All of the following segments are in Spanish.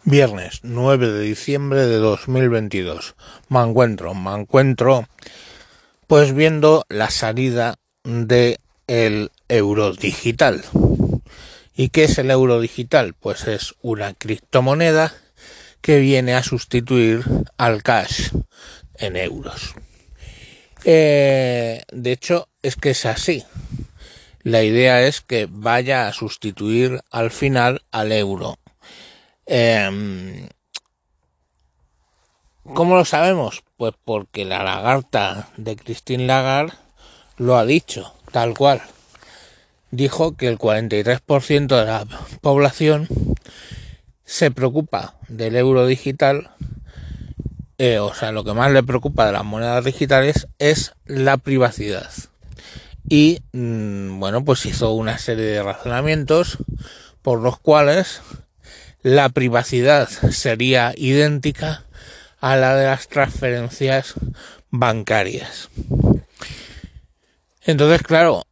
Viernes 9 de diciembre de 2022. Me encuentro pues viendo la salida de el euro digital. ¿Y qué es el euro digital? Pues es una criptomoneda que viene a sustituir al cash en euros. De hecho, es que es así. La idea es que vaya a sustituir al final al euro. ¿Cómo lo sabemos? Pues porque la lagarta de Christine Lagarde lo ha dicho, tal cual. Dijo que el 43% de la población se preocupa del euro digital, lo que más le preocupa de las monedas digitales es la privacidad. Y pues hizo una serie de razonamientos por los cuales la privacidad sería idéntica a la de las transferencias bancarias. Entonces, claro,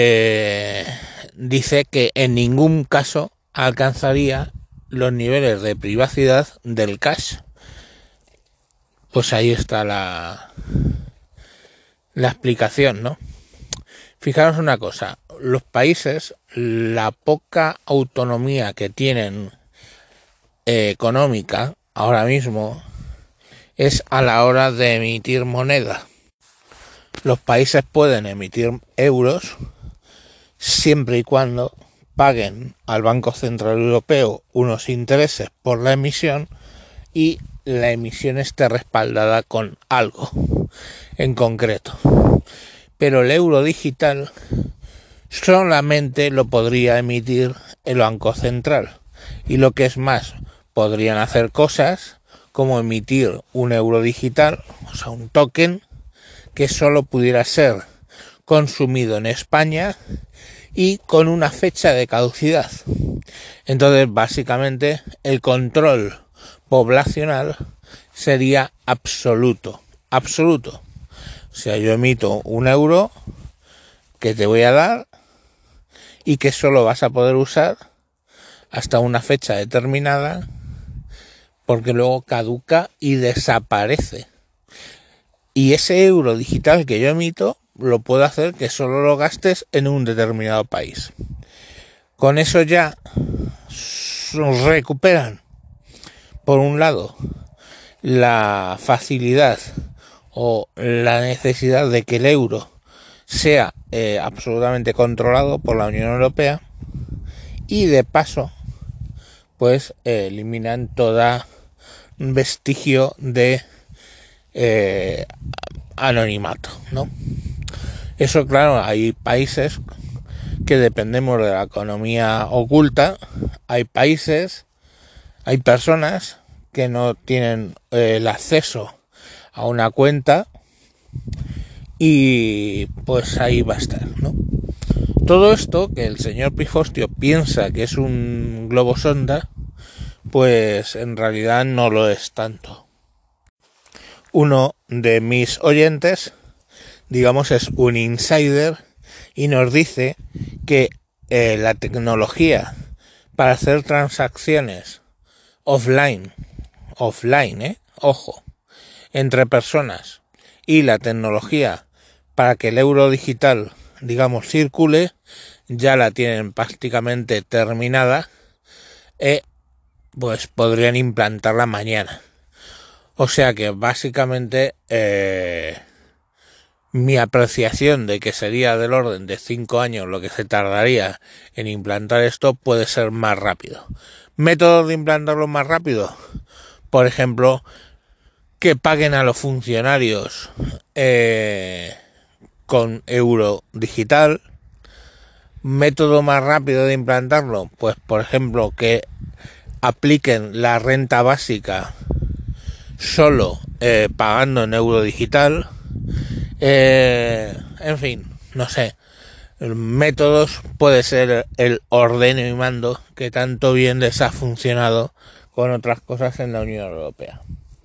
dice que en ningún caso alcanzaría los niveles de privacidad del cash. Pues ahí está la explicación, ¿no? Fijaros una cosa, los países, la poca autonomía que tienen económica ahora mismo es a la hora de emitir moneda. Los países pueden emitir euros siempre y cuando paguen al Banco Central Europeo unos intereses por la emisión y la emisión esté respaldada con algo en concreto. Pero el euro digital solamente lo podría emitir el Banco Central. Y lo que es más, podrían hacer cosas como emitir un euro digital, o sea, un token, que solo pudiera ser consumido en España y con una fecha de caducidad. Entonces, básicamente, el control poblacional sería absoluto. O sea, yo emito un euro que te voy a dar y que solo vas a poder usar hasta una fecha determinada, porque luego caduca y desaparece. Y ese euro digital que yo emito lo puedo hacer que solo lo gastes en un determinado país. Con eso ya recuperan, por un lado, la facilidad o la necesidad de que el euro sea absolutamente controlado por la Unión Europea, y de paso pues eliminan toda vestigio de anonimato, ¿no? Eso, claro, hay países que dependemos de la economía oculta, hay personas que no tienen el acceso a una cuenta y pues ahí va a estar, ¿no? Todo esto que el señor Pifostio piensa que es un globo sonda, pues en realidad no lo es tanto. Uno de mis oyentes, digamos, es un insider y nos dice que la tecnología para hacer transacciones offline, ojo, entre personas, y la tecnología para que el euro digital, digamos, circule, ya la tienen prácticamente terminada, pues podrían implantarla mañana. O sea que básicamente mi apreciación de que sería del orden de 5 años lo que se tardaría en implantar esto puede ser más rápido. ¿Métodos de implantarlo más rápido? Por ejemplo, que paguen a los funcionarios con euro digital. ¿Método más rápido de implantarlo? Pues, por ejemplo, que apliquen la renta básica solo pagando en euro digital. En fin, no sé. Métodos puede ser el ordeno y mando que tanto bien les ha funcionado con otras cosas en la Unión Europea.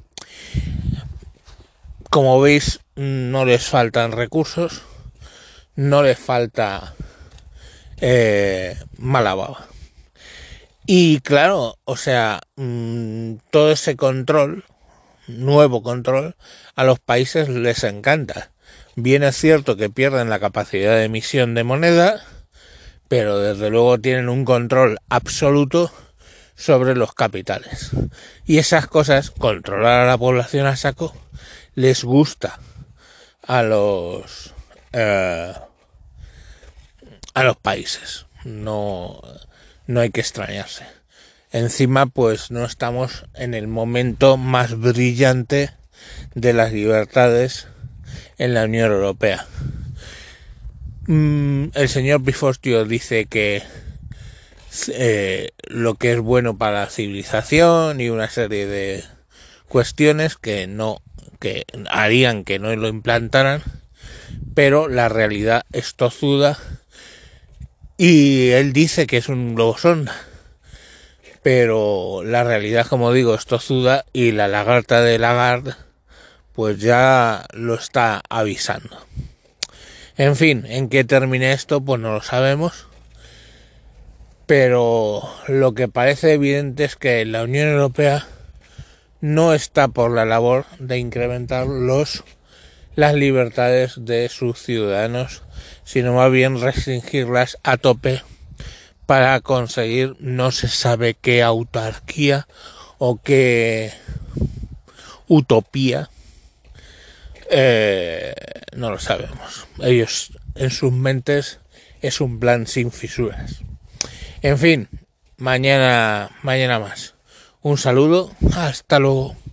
Como veis, no les faltan recursos, no les falta mala baba. Y claro, o sea, todo ese control, nuevo control, a los países les encanta. Bien es cierto que pierden la capacidad de emisión de moneda, pero desde luego tienen un control absoluto sobre los capitales. Y esas cosas, controlar a la población a saco, les gusta a los países. No hay que extrañarse. Encima, pues no estamos en el momento más brillante de las libertades en la Unión Europea. El señor Bifostio dice que lo que es bueno para la civilización y una serie de cuestiones que harían que no lo implantaran, pero la realidad es tozuda y él dice que es un globo sonda, pero la realidad, como digo, es tozuda y la lagarta de Lagarde pues ya lo está avisando. En fin, en qué termine esto pues no lo sabemos, pero lo que parece evidente es que la Unión Europea no está por la labor de incrementar las libertades de sus ciudadanos, sino más bien restringirlas a tope para conseguir no se sabe qué autarquía o qué utopía, no lo sabemos. Ellos en sus mentes es un plan sin fisuras. En fin, mañana más. Un saludo, hasta luego.